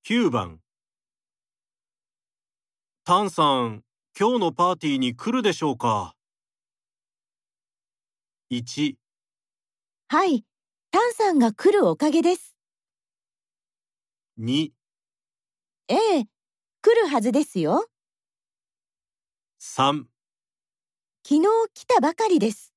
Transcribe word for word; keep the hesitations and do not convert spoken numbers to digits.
きゅうばん。タンさん、今日のパーティーに来るでしょうか？いち、 はい、タンさんが来るおかげです。 に、 ええ、来るはずですよ。 さん。 昨日来たばかりです。